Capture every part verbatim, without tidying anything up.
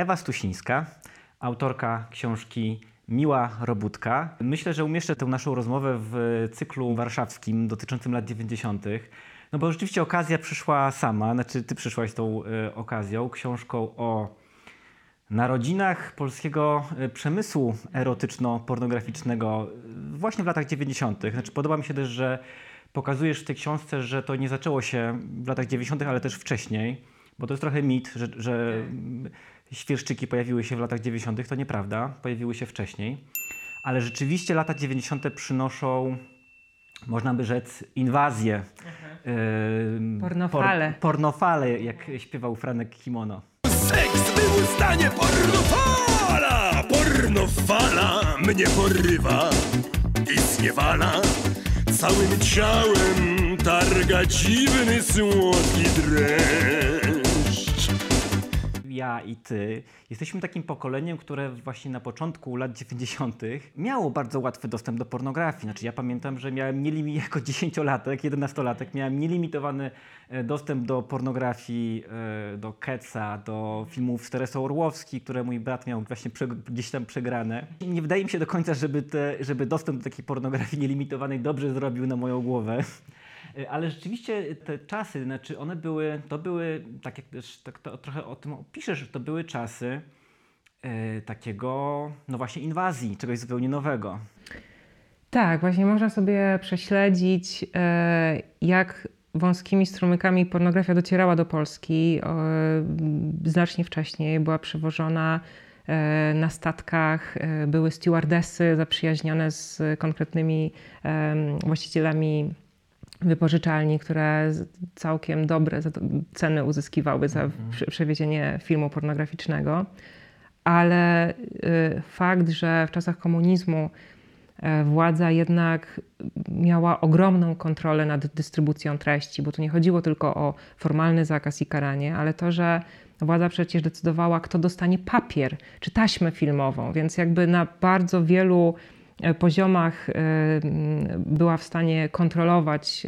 Ewa Stusińska, autorka książki Miła Robótka. Myślę, że umieszczę tę naszą rozmowę w cyklu warszawskim dotyczącym lat dziewięćdziesiątych. No bo rzeczywiście okazja przyszła sama, znaczy ty przyszłaś z tą y, okazją, książką o narodzinach polskiego y, przemysłu erotyczno-pornograficznego y, właśnie w latach dziewięćdziesiątych. Znaczy podoba mi się też, że pokazujesz w tej książce, że to nie zaczęło się w latach dziewięćdziesiątych, ale też wcześniej, bo to jest trochę mit, że, że świerszczyki pojawiły się w latach dziewięćdziesiątych. To nieprawda, pojawiły się wcześniej. Ale rzeczywiście lata dziewięćdziesiąte przynoszą, można by rzec, inwazję. Mhm. Yy, pornofale. Por, pornofale, jak śpiewał Franek Kimono. Seks był w stanie pornofala! Pornofala mnie porywa i zniewala. Całym ciałem targa dziwny, słodki dreszcz. Ja i ty jesteśmy takim pokoleniem, które właśnie na początku lat dziewięćdziesiątych miało bardzo łatwy dostęp do pornografii. Znaczy ja pamiętam, że miałem nielimi- jako dziesięciolatek, jedenastolatek miałem nielimitowany dostęp do pornografii, do Keca, do filmów z Teresą Orłowski, które mój brat miał właśnie prze, gdzieś tam przegrane. Nie wydaje mi się do końca, żeby, te, żeby dostęp do takiej pornografii nielimitowanej dobrze zrobił na moją głowę. Ale rzeczywiście te czasy, znaczy one były, to były, tak jak też tak to trochę o tym opiszesz, to były czasy e, takiego, no właśnie inwazji, czegoś zupełnie nowego. Tak, właśnie można sobie prześledzić, e, jak wąskimi strumykami pornografia docierała do Polski. E, znacznie wcześniej była przywożona e, na statkach, e, były stewardessy zaprzyjaźnione z konkretnymi e, właścicielami wypożyczalni, które całkiem dobre ceny uzyskiwały za mm-hmm. przewiezienie filmu pornograficznego. Ale y, fakt, że w czasach komunizmu y, władza jednak miała ogromną kontrolę nad dystrybucją treści, bo tu nie chodziło tylko o formalny zakaz i karanie, ale to, że władza przecież decydowała, kto dostanie papier czy taśmę filmową, więc jakby na bardzo wielu poziomach była w stanie kontrolować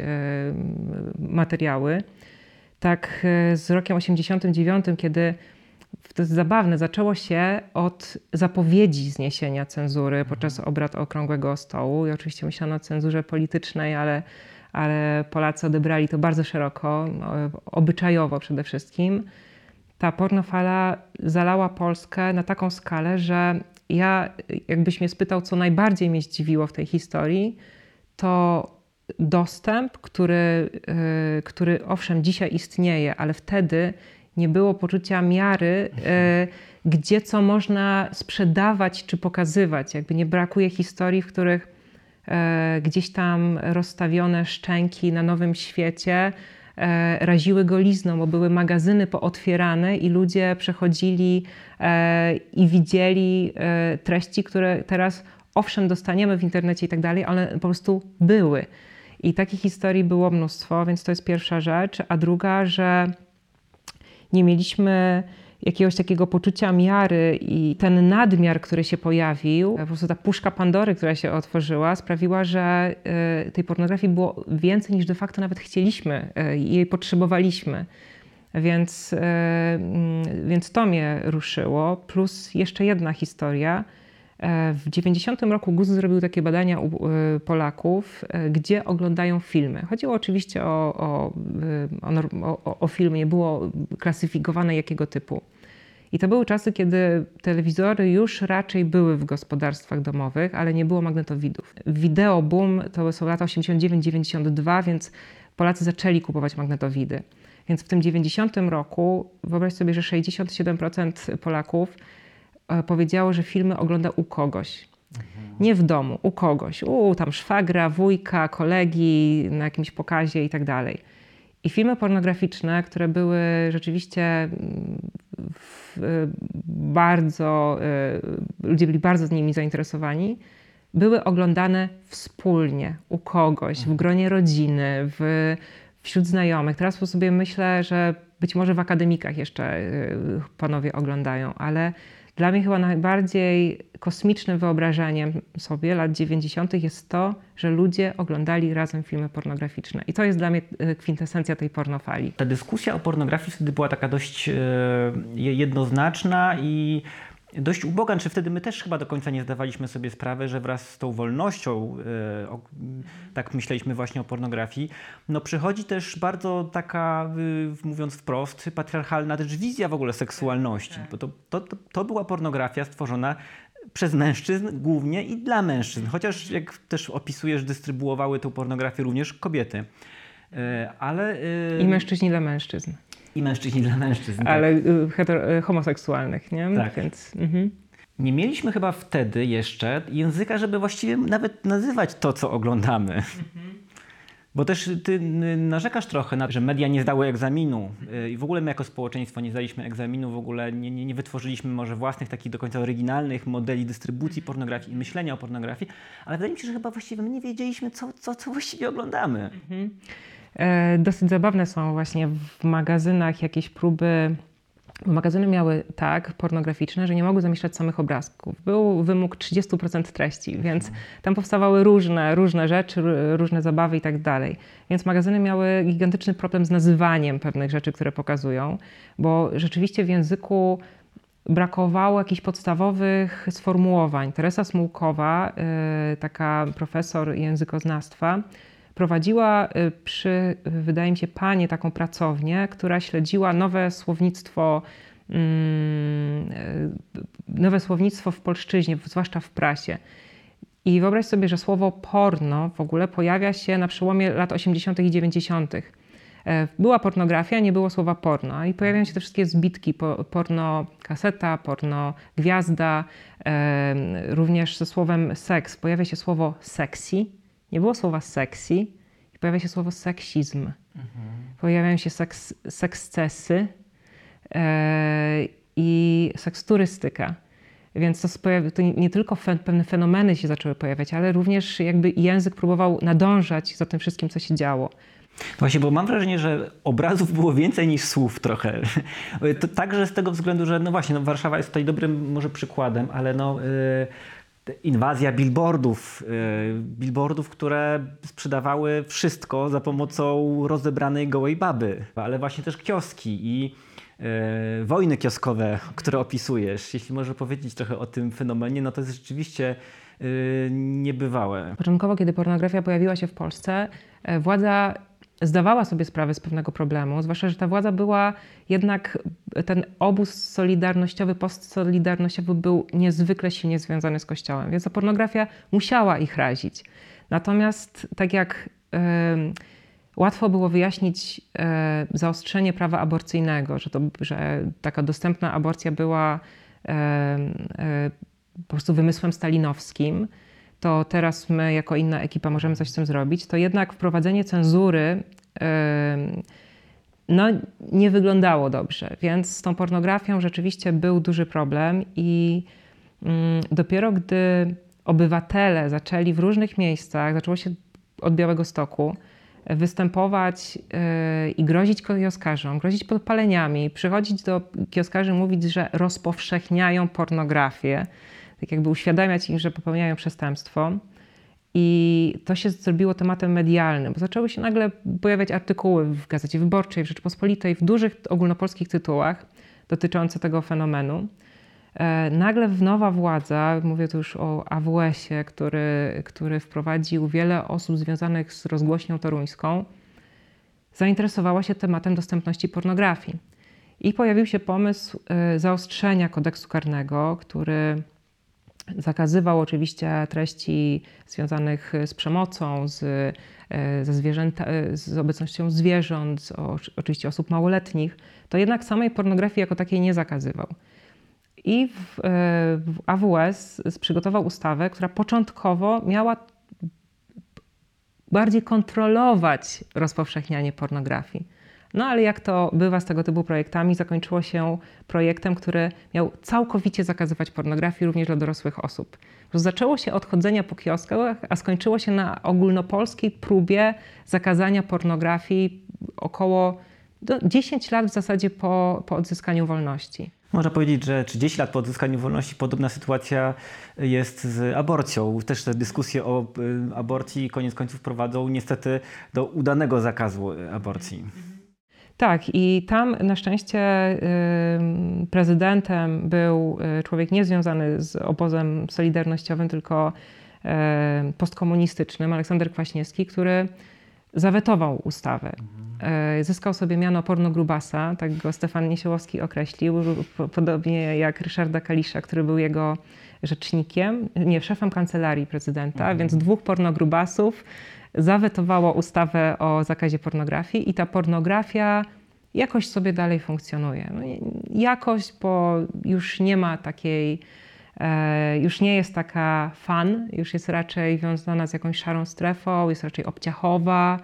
materiały. Tak z rokiem osiemdziesiątym dziewiątym, kiedy, to jest zabawne, zaczęło się od zapowiedzi zniesienia cenzury podczas obrad Okrągłego Stołu. I oczywiście myślano o cenzurze politycznej, ale, ale Polacy odebrali to bardzo szeroko, obyczajowo przede wszystkim. Ta pornofala zalała Polskę na taką skalę, że ja, jakbyś mnie spytał, co najbardziej mnie zdziwiło w tej historii, to dostęp, który, który owszem dzisiaj istnieje, ale wtedy nie było poczucia miary, gdzie co można sprzedawać czy pokazywać. Jakby nie brakuje historii, w których gdzieś tam rozstawione szczęki na Nowym Świecie E, raziły golizną, bo były magazyny pootwierane i ludzie przechodzili e, i widzieli e, treści, które teraz owszem dostaniemy w internecie i tak dalej, ale po prostu były. I takich historii było mnóstwo, więc to jest pierwsza rzecz. A druga, że nie mieliśmy jakiegoś takiego poczucia miary i ten nadmiar, który się pojawił, po prostu ta puszka Pandory, która się otworzyła, sprawiła, że tej pornografii było więcej niż de facto nawet chcieliśmy i jej potrzebowaliśmy. Więc, więc to mnie ruszyło. Plus jeszcze jedna historia. W dziewięćdziesiątym roku GUS zrobił takie badania u Polaków, gdzie oglądają filmy. Chodziło oczywiście o, o, o, o filmy, nie było klasyfikowane jakiego typu. I to były czasy, kiedy telewizory już raczej były w gospodarstwach domowych, ale nie było magnetowidów. Wideo boom to są lata osiemdziesiąt dziewięć dziewięćdziesiąt dwa, więc Polacy zaczęli kupować magnetowidy. Więc w tym dziewięćdziesiątym roku wyobraź sobie, że sześćdziesiąt siedem procent Polaków powiedziało, że filmy ogląda u kogoś. Mhm. Nie w domu, u kogoś. U tam szwagra, wujka, kolegi, na jakimś pokazie i tak dalej. I filmy pornograficzne, które były rzeczywiście bardzo, ludzie byli bardzo nimi zainteresowani, były oglądane wspólnie, u kogoś, w gronie rodziny, w, wśród znajomych. Teraz sobie myślę, że być może w akademikach jeszcze panowie oglądają, ale Dla mnie chyba najbardziej kosmicznym wyobrażeniem sobie lat dziewięćdziesiątych jest to, że ludzie oglądali razem filmy pornograficzne. I to jest dla mnie kwintesencja tej pornofali. Ta dyskusja o pornografii wtedy była taka dość e, jednoznaczna i dość uboga, czy wtedy my też chyba do końca nie zdawaliśmy sobie sprawy, że wraz z tą wolnością, e, o, tak myśleliśmy właśnie o pornografii, no przychodzi też bardzo taka, y, mówiąc wprost, patriarchalna też wizja w ogóle seksualności. Bo to, to, to, to była pornografia stworzona przez mężczyzn głównie i dla mężczyzn. Chociaż jak też opisujesz, dystrybuowały tę pornografię również kobiety. E, ale, y, I mężczyźni dla mężczyzn. I mężczyźni dla mężczyzn. Ale tak. y, hetero, y, homoseksualnych, nie? Tak. Więc, mhm. Nie mieliśmy chyba wtedy jeszcze języka, żeby właściwie nawet nazywać to, co oglądamy. Mhm. Bo też ty narzekasz trochę na to, że media nie zdały egzaminu i w ogóle my jako społeczeństwo nie zdaliśmy egzaminu, w ogóle nie, nie, nie wytworzyliśmy może własnych takich do końca oryginalnych modeli dystrybucji pornografii i myślenia o pornografii, ale wydaje mi się, że chyba właściwie my nie wiedzieliśmy, co, co, co właściwie oglądamy. Mhm. E, dosyć zabawne są właśnie w magazynach jakieś próby. Magazyny miały tak pornograficzne, że nie mogły zamieszczać samych obrazków. Był wymóg trzydzieści procent treści, więc tam powstawały różne, różne rzeczy, różne zabawy i tak dalej. Więc magazyny miały gigantyczny problem z nazywaniem pewnych rzeczy, które pokazują, bo rzeczywiście w języku brakowało jakichś podstawowych sformułowań. Teresa Smułkowa, taka profesor językoznawstwa, prowadziła przy, wydaje mi się, Panie taką pracownię, która śledziła nowe słownictwo, nowe słownictwo w polszczyźnie, zwłaszcza w prasie. I wyobraź sobie, że słowo porno w ogóle pojawia się na przełomie lat osiemdziesiątych i dziewięćdziesiątych. Była pornografia, nie było słowa porno i pojawiają się te wszystkie zbitki, porno kaseta, porno gwiazda, również ze słowem seks. Pojawia się słowo sexy. Nie było słowa sexy i pojawia się słowo seksizm. Mhm. Pojawiają się seks, sekscesy e, i seksturystyka. Więc to, to nie tylko fen, pewne fenomeny się zaczęły pojawiać, ale również jakby język próbował nadążać za tym wszystkim, co się działo. Właśnie, bo mam wrażenie, że obrazów było więcej niż słów trochę. To także z tego względu, że no właśnie, no Warszawa jest tutaj dobrym może przykładem, ale no... Yy... Inwazja billboardów, billboardów, które sprzedawały wszystko za pomocą rozebranej gołej baby, ale właśnie też kioski i e, wojny kioskowe, które opisujesz. Jeśli możesz powiedzieć trochę o tym fenomenie, no to jest rzeczywiście e, niebywałe. Początkowo, kiedy pornografia pojawiła się w Polsce, władza zdawała sobie sprawę z pewnego problemu, zwłaszcza, że ta władza była jednak, ten obóz solidarnościowy, postsolidarnościowy był niezwykle silnie związany z Kościołem, więc ta pornografia musiała ich razić. Natomiast tak jak y, łatwo było wyjaśnić y, zaostrzenie prawa aborcyjnego, że, to, że taka dostępna aborcja była y, y, po prostu wymysłem stalinowskim, to teraz my jako inna ekipa możemy coś z tym zrobić, to jednak wprowadzenie cenzury yy, no, nie wyglądało dobrze. Więc z tą pornografią rzeczywiście był duży problem i yy, dopiero gdy obywatele zaczęli w różnych miejscach, zaczęło się od Białegostoku, występować yy, i grozić kioskarzom, grozić podpaleniami, przychodzić do kioskarzy, mówić, że rozpowszechniają pornografię, tak jakby uświadamiać im, że popełniają przestępstwo. I to się zrobiło tematem medialnym, bo zaczęły się nagle pojawiać artykuły w Gazecie Wyborczej, w Rzeczypospolitej, w dużych ogólnopolskich tytułach dotyczące tego fenomenu. E, nagle nowa władza, mówię tu już o A W S-ie, który, który wprowadził wiele osób związanych z rozgłośnią toruńską, zainteresowała się tematem dostępności pornografii. I pojawił się pomysł e, zaostrzenia kodeksu karnego, który zakazywał oczywiście treści związanych z przemocą, z, ze zwierzęta, z obecnością zwierząt, z, o, oczywiście osób małoletnich, to jednak samej pornografii jako takiej nie zakazywał. I w, w A W S przygotował ustawę, która początkowo miała bardziej kontrolować rozpowszechnianie pornografii. No ale jak to bywa z tego typu projektami, zakończyło się projektem, który miał całkowicie zakazywać pornografii również dla dorosłych osób. Zaczęło się od chodzenia po kioskach, a skończyło się na ogólnopolskiej próbie zakazania pornografii około dziesięć lat w zasadzie po, po odzyskaniu wolności. Można powiedzieć, że trzydzieści lat po odzyskaniu wolności podobna sytuacja jest z aborcją. Też te dyskusje o y, aborcji koniec końców prowadzą niestety do udanego zakazu aborcji. Tak, i tam na szczęście y, prezydentem był człowiek niezwiązany z obozem solidarnościowym, tylko y, postkomunistycznym, Aleksander Kwaśniewski, który zawetował ustawę. Y, zyskał sobie miano pornogrubasa, tak go Stefan Niesiołowski określił, po, podobnie jak Ryszarda Kalisza, który był jego rzecznikiem, nie, szefem kancelarii prezydenta, mhm. więc dwóch pornogrubasów zawetowało ustawę o zakazie pornografii i ta pornografia jakoś sobie dalej funkcjonuje. No, jakoś, bo już nie ma takiej, e, już nie jest taka fun, już jest raczej wiązana z jakąś szarą strefą, jest raczej obciachowa,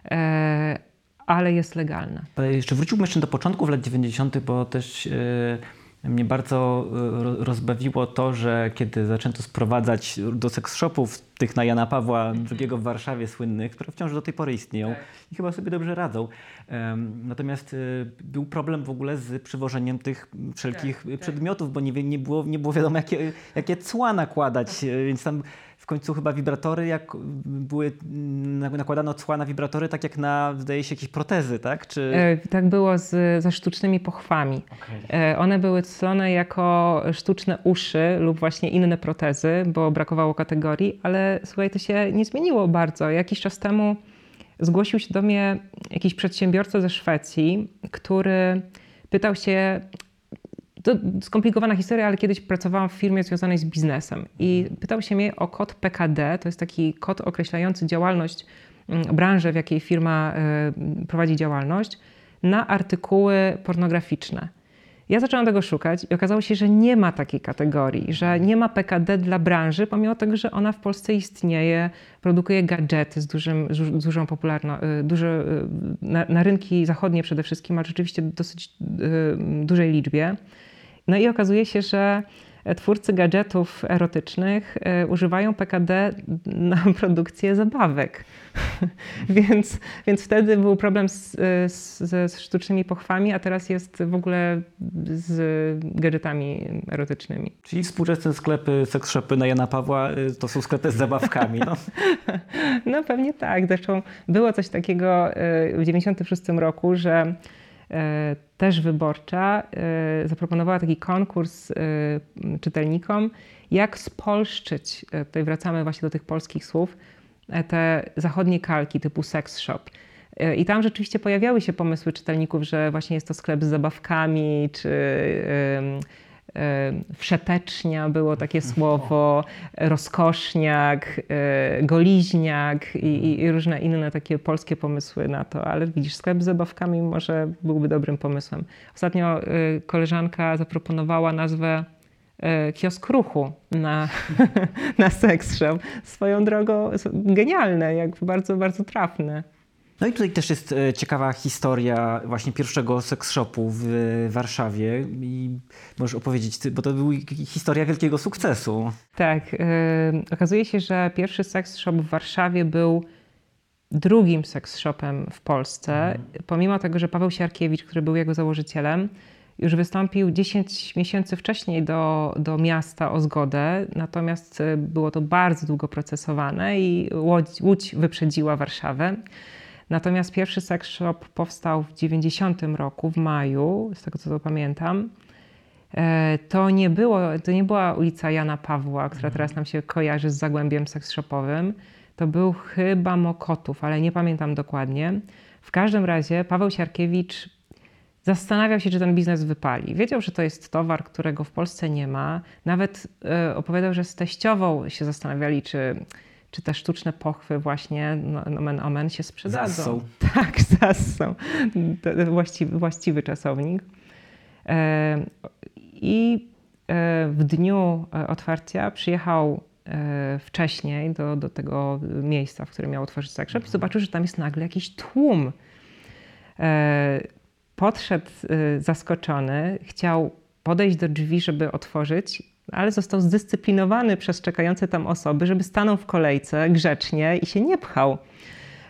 e, ale jest legalna. Ale jeszcze wróciłbym jeszcze do początków lat dziewięćdziesiątych, bo też e, mnie bardzo e, rozbawiło to, że kiedy zaczęto sprowadzać do seks shopów tych na Jana Pawła drugiego w Warszawie słynnych, które wciąż do tej pory istnieją i chyba sobie dobrze radzą. Um, natomiast y, był problem w ogóle z przywożeniem tych wszelkich tak, przedmiotów, tak. bo nie, nie, było, nie było wiadomo, jakie, jakie cła nakładać, więc tam w końcu chyba wibratory, jak były, nakładano cła na wibratory, tak jak na, zdaje się, jakieś protezy, tak? Czy... E, tak było z, ze sztucznymi pochwami. Okay. E, one były clone jako sztuczne uszy lub właśnie inne protezy, bo brakowało kategorii, ale słuchaj, to się nie zmieniło bardzo. Jakiś czas temu zgłosił się do mnie jakiś przedsiębiorca ze Szwecji, który pytał się, to skomplikowana historia, ale kiedyś pracowałam w firmie związanej z biznesem i pytał się mnie o kod P K D, to jest taki kod określający działalność, branżę, w jakiej firma prowadzi działalność, na artykuły pornograficzne. Ja zaczęłam tego szukać i okazało się, że nie ma takiej kategorii, że nie ma P K D dla branży, pomimo tego, że ona w Polsce istnieje, produkuje gadżety z, dużym, z dużą popularnością, duże, na, na rynki zachodnie przede wszystkim, ale rzeczywiście w dosyć y, dużej liczbie. No i okazuje się, że twórcy gadżetów erotycznych y, używają P K D na produkcję zabawek. więc, więc wtedy był problem z, z, ze sztucznymi pochwami, a teraz jest w ogóle z gadżetami erotycznymi. Czyli współczesne sklepy, seks shopy na Jana Pawła y, to są sklepy z zabawkami. No. no pewnie tak. Zresztą było coś takiego y, w dziewięćdziesiątym szóstym roku, że też Wyborcza zaproponowała taki konkurs czytelnikom, jak spolszczyć, tutaj wracamy właśnie do tych polskich słów, te zachodnie kalki typu sex shop. I tam rzeczywiście pojawiały się pomysły czytelników, że właśnie jest to sklep z zabawkami, czy wszetecznia było takie słowo, rozkoszniak, goliźniak i, i różne inne takie polskie pomysły na to. Ale widzisz, sklep z zabawkami może byłby dobrym pomysłem. Ostatnio koleżanka zaproponowała nazwę kiosk ruchu na, na sex shop. Swoją drogą genialne, jak bardzo, bardzo trafne. No i tutaj też jest ciekawa historia właśnie pierwszego seks shopu w Warszawie i możesz opowiedzieć, bo to była historia wielkiego sukcesu. Tak. Yy, okazuje się, że pierwszy seks shop w Warszawie był drugim seks shopem w Polsce, mhm. pomimo tego, że Paweł Siarkiewicz, który był jego założycielem, już wystąpił dziesięć miesięcy wcześniej do, do miasta o zgodę, natomiast było to bardzo długo procesowane i Łódź, Łódź wyprzedziła Warszawę. Natomiast pierwszy seks shop powstał w dziewięćdziesiątym roku, w maju, z tego co to pamiętam. To nie, było, to nie była ulica Jana Pawła, która teraz nam się kojarzy z Zagłębiem seks shopowym. To był chyba Mokotów, ale nie pamiętam dokładnie. W każdym razie Paweł Siarkiewicz zastanawiał się, czy ten biznes wypali. Wiedział, że to jest towar, którego w Polsce nie ma. Nawet opowiadał, że z teściową się zastanawiali, czy... czy te sztuczne pochwy właśnie, no, nomen omen, się sprzedadzą. Zassą. Tak, zassą. Właściwy, właściwy czasownik. E, I e, w dniu otwarcia przyjechał e, wcześniej do, do tego miejsca, w którym miał otworzyć seks shop i zobaczył, że tam jest nagle jakiś tłum. E, podszedł e, zaskoczony, chciał podejść do drzwi, żeby otworzyć, ale został zdyscyplinowany przez czekające tam osoby, żeby stanął w kolejce grzecznie i się nie pchał.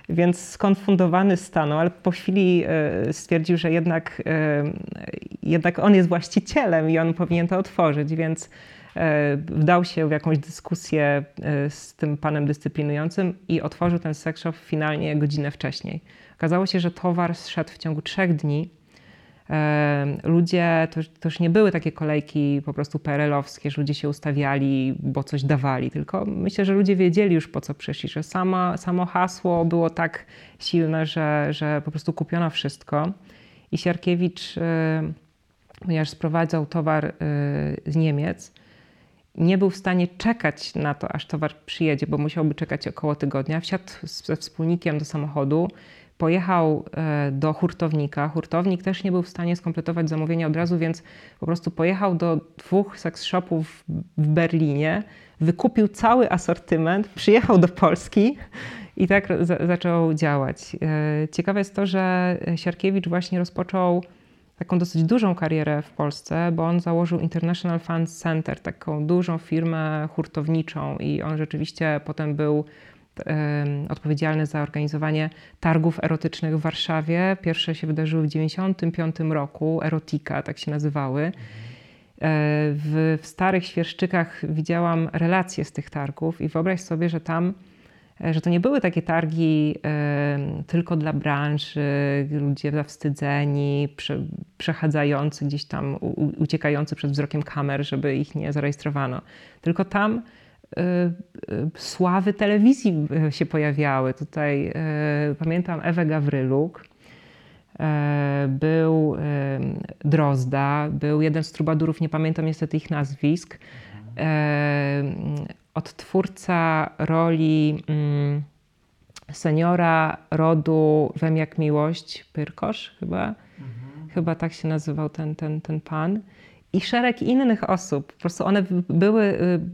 więc skonfundowany stanął, ale po chwili stwierdził, że jednak, jednak on jest właścicielem i on powinien to otworzyć, więc wdał się w jakąś dyskusję z tym panem dyscyplinującym i otworzył ten sex shop finalnie godzinę wcześniej. Okazało się, że towar zszedł w ciągu trzech dni. Ludzie, to, to już nie były takie kolejki po prostu P R L-owskie, że ludzie się ustawiali, bo coś dawali, tylko myślę, że ludzie wiedzieli już, po co przyszli, że sama, samo hasło było tak silne, że, że po prostu kupiono wszystko. I Siarkiewicz, ponieważ sprowadzał towar z Niemiec, nie był w stanie czekać na to, aż towar przyjedzie, bo musiałby czekać około tygodnia. Wsiadł ze wspólnikiem do samochodu, pojechał do hurtownika. Hurtownik też nie był w stanie skompletować zamówienia od razu, więc po prostu pojechał do dwóch seks shopów w Berlinie, wykupił cały asortyment, przyjechał do Polski i tak za- zaczął działać. Ciekawe jest to, że Siarkiewicz właśnie rozpoczął taką dosyć dużą karierę w Polsce, bo on założył International Fan Center, taką dużą firmę hurtowniczą i on rzeczywiście potem był odpowiedzialny za organizowanie targów erotycznych w Warszawie. Pierwsze się wydarzyły w dziewięćdziesiątym piątym roku, Erotika, tak się nazywały. W, w starych świerszczykach widziałam relacje z tych targów i wyobraź sobie, że tam, że to nie były takie targi tylko dla branży, ludzie zawstydzeni, prze, przechadzający gdzieś tam, u, uciekający przed wzrokiem kamer, żeby ich nie zarejestrowano. Tylko tam sławy telewizji się pojawiały. Tutaj pamiętam Ewę Gawryluk, był Drozda, był jeden z trubadurów, nie pamiętam niestety ich nazwisk, odtwórca roli seniora rodu Wem jak miłość, Pyrkosz chyba, mhm. chyba tak się nazywał ten, ten, ten pan. I szereg innych osób. Po prostu one były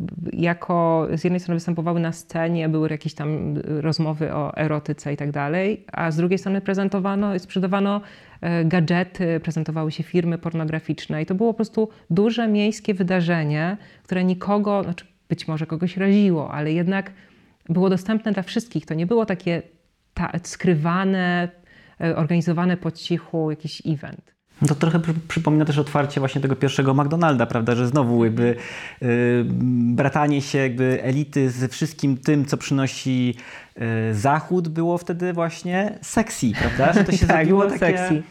jako, z jednej strony występowały na scenie, były jakieś tam rozmowy o erotyce i tak dalej, a z drugiej strony prezentowano i sprzedawano gadżety, prezentowały się firmy pornograficzne i to było po prostu duże miejskie wydarzenie, które nikogo, znaczy być może kogoś raziło, ale jednak było dostępne dla wszystkich. To nie było takie ta, skrywane, organizowane po cichu jakiś event. To trochę przy, przypomina też otwarcie właśnie tego pierwszego McDonalda, prawda, że znowu jakby y, bratanie się jakby elity ze wszystkim tym, co przynosi y, Zachód, było wtedy właśnie sexy, prawda, że to się tak, zrobiło było takie sexy.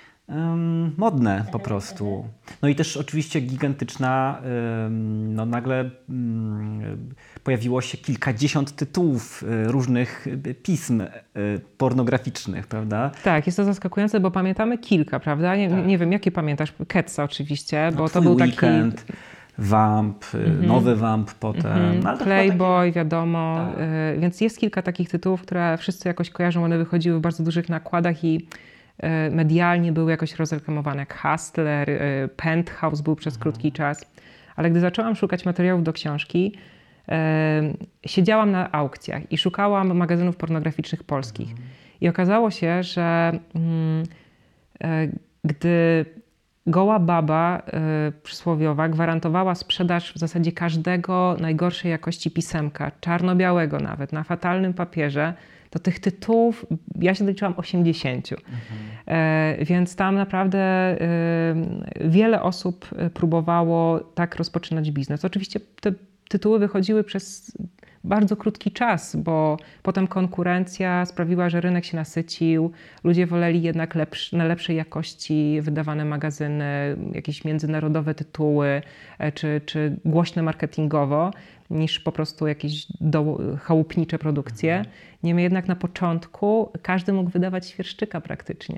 Um, modne po prostu. No i też oczywiście gigantyczna, um, no nagle um, pojawiło się kilkadziesiąt tytułów um, różnych pism um, pornograficznych, prawda? Tak, jest to zaskakujące, bo pamiętamy kilka, prawda? Nie, tak. nie wiem, jakie pamiętasz? Ketsa oczywiście, no, bo to był weekend, taki... Vamp, mm-hmm. nowy Vamp potem. Mm-hmm. No, ale Playboy, takie... wiadomo. Tak. Y, więc jest kilka takich tytułów, które wszyscy jakoś kojarzą. One wychodziły w bardzo dużych nakładach i medialnie były jakoś rozreklamowane, jak Hustler, Penthouse był przez krótki czas. Ale gdy zaczęłam szukać materiałów do książki, e, siedziałam na aukcjach i szukałam magazynów pornograficznych polskich. I okazało się, że mm, e, gdy goła baba e, przysłowiowa gwarantowała sprzedaż w zasadzie każdego najgorszej jakości pisemka, czarno-białego nawet, na fatalnym papierze, to tych tytułów, ja się doliczyłam osiemdziesięciu. Mhm. E, więc tam naprawdę e, wiele osób próbowało tak rozpoczynać biznes. Oczywiście te tytuły wychodziły przez bardzo krótki czas, bo potem konkurencja sprawiła, że rynek się nasycił. Ludzie woleli jednak lepsz, na lepszej jakości wydawane magazyny, jakieś międzynarodowe tytuły, czy, czy głośne marketingowo, niż po prostu jakieś do, chałupnicze produkcje. Niemniej jednak na początku każdy mógł wydawać świerszczyka praktycznie.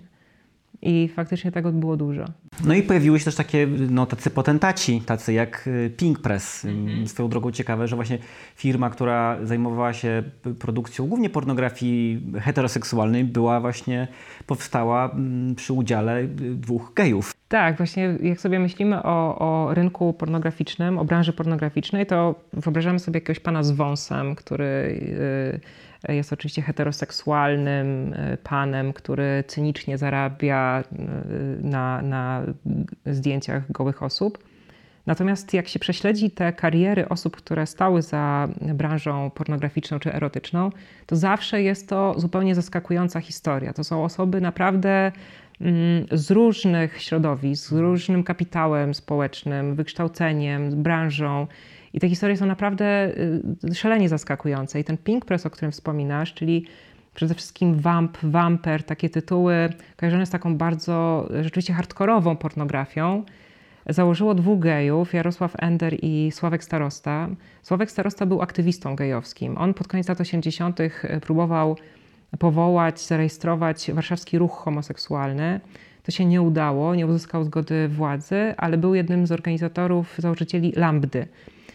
I faktycznie tego było dużo. No i pojawiły się też takie, no tacy potentaci, tacy jak Pink Press. Mm-hmm. Swoją drogą ciekawe, że właśnie firma, która zajmowała się produkcją głównie pornografii heteroseksualnej, była właśnie, powstała przy udziale dwóch gejów. Tak, właśnie jak sobie myślimy o, o rynku pornograficznym, o branży pornograficznej, to wyobrażamy sobie jakiegoś pana z wąsem, który jest oczywiście heteroseksualnym panem, który cynicznie zarabia na, na zdjęciach gołych osób. Natomiast jak się prześledzi te kariery osób, które stały za branżą pornograficzną czy erotyczną, to zawsze jest to zupełnie zaskakująca historia. To są osoby naprawdę z różnych środowisk, z różnym kapitałem społecznym, wykształceniem, branżą. I te historie są naprawdę szalenie zaskakujące. I ten Pink Press, o którym wspominasz, czyli przede wszystkim Vamp, Vamper, takie tytuły kojarzone z taką bardzo rzeczywiście hardkorową pornografią, założyło dwóch gejów, Jarosław Ender i Sławek Starosta. Sławek Starosta był aktywistą gejowskim. On pod koniec lat osiemdziesiątych próbował powołać, zarejestrować warszawski ruch homoseksualny. To się nie udało, nie uzyskał zgody władzy, ale był jednym z organizatorów, założycieli Lambdy.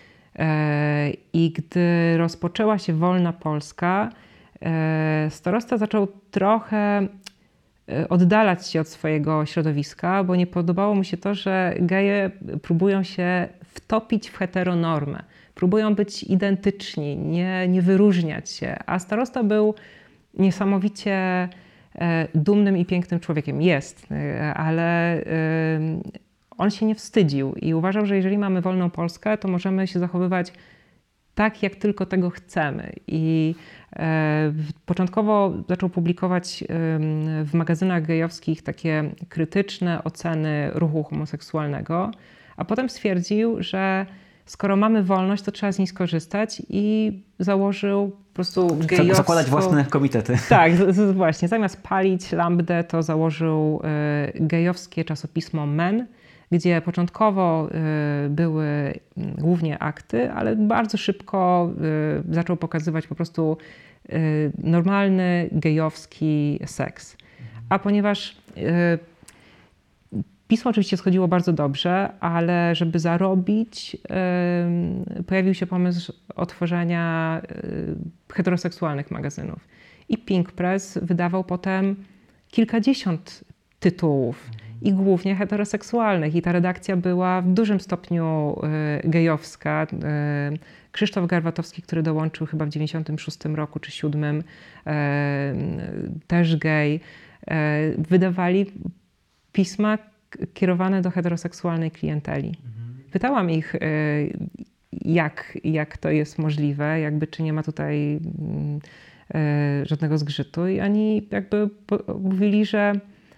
I gdy rozpoczęła się wolna Polska, Starosta zaczął trochę oddalać się od swojego środowiska, bo nie podobało mu się to, że geje próbują się wtopić w heteronormę. Próbują być identyczni, nie, nie wyróżniać się. A Starosta był niesamowicie dumnym i pięknym człowiekiem. Jest, ale on się nie wstydził i uważał, że jeżeli mamy wolną Polskę, to możemy się zachowywać tak, jak tylko tego chcemy. I e, początkowo zaczął publikować e, w magazynach gejowskich takie krytyczne oceny ruchu homoseksualnego, a potem stwierdził, że skoro mamy wolność, to trzeba z niej skorzystać i założył po prostu gejowską... Zakładać własne komitety. Tak, z, z, właśnie. Zamiast palić Lambdę, to założył e, gejowskie czasopismo Men, gdzie początkowo y, były głównie akty, ale bardzo szybko y, zaczął pokazywać po prostu y, normalny gejowski seks. A ponieważ y, pismo oczywiście schodziło bardzo dobrze, ale żeby zarobić, y, pojawił się pomysł otworzenia y, heteroseksualnych magazynów. I Pink Press wydawał potem kilkadziesiąt tytułów. I głównie heteroseksualnych. I ta redakcja była w dużym stopniu y, gejowska. Y, Krzysztof Garwatowski, który dołączył chyba w dziewięćdziesiątym szóstym roku czy siódmym, y, też gej, y, wydawali pisma kierowane do heteroseksualnej klienteli. Mhm. Pytałam ich, y, jak, jak to jest możliwe, jakby czy nie ma tutaj y, żadnego zgrzytu. I oni jakby mówili, że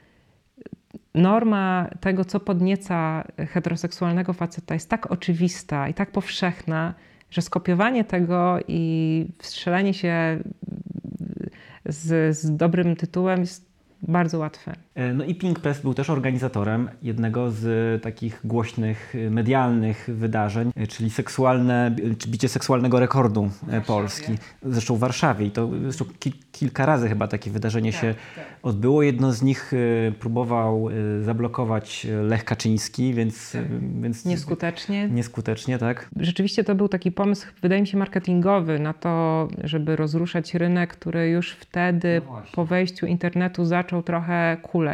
norma tego, co podnieca heteroseksualnego faceta, jest tak oczywista i tak powszechna, że skopiowanie tego i wstrzelenie się z, z dobrym tytułem jest bardzo łatwe. No i Pink Press był też organizatorem jednego z takich głośnych, medialnych wydarzeń, czyli seksualne, czy bicie seksualnego rekordu Polski. Zresztą w Warszawie. I to zresztą ki- kilka razy chyba takie wydarzenie tak, się tak. odbyło. Jedno z nich próbował zablokować Lech Kaczyński, więc... Tak. więc nieskutecznie. Nieskutecznie, tak. Rzeczywiście to był taki pomysł, wydaje mi się, marketingowy na to, żeby rozruszać rynek, który już wtedy no po wejściu internetu zaczął trochę kuleć.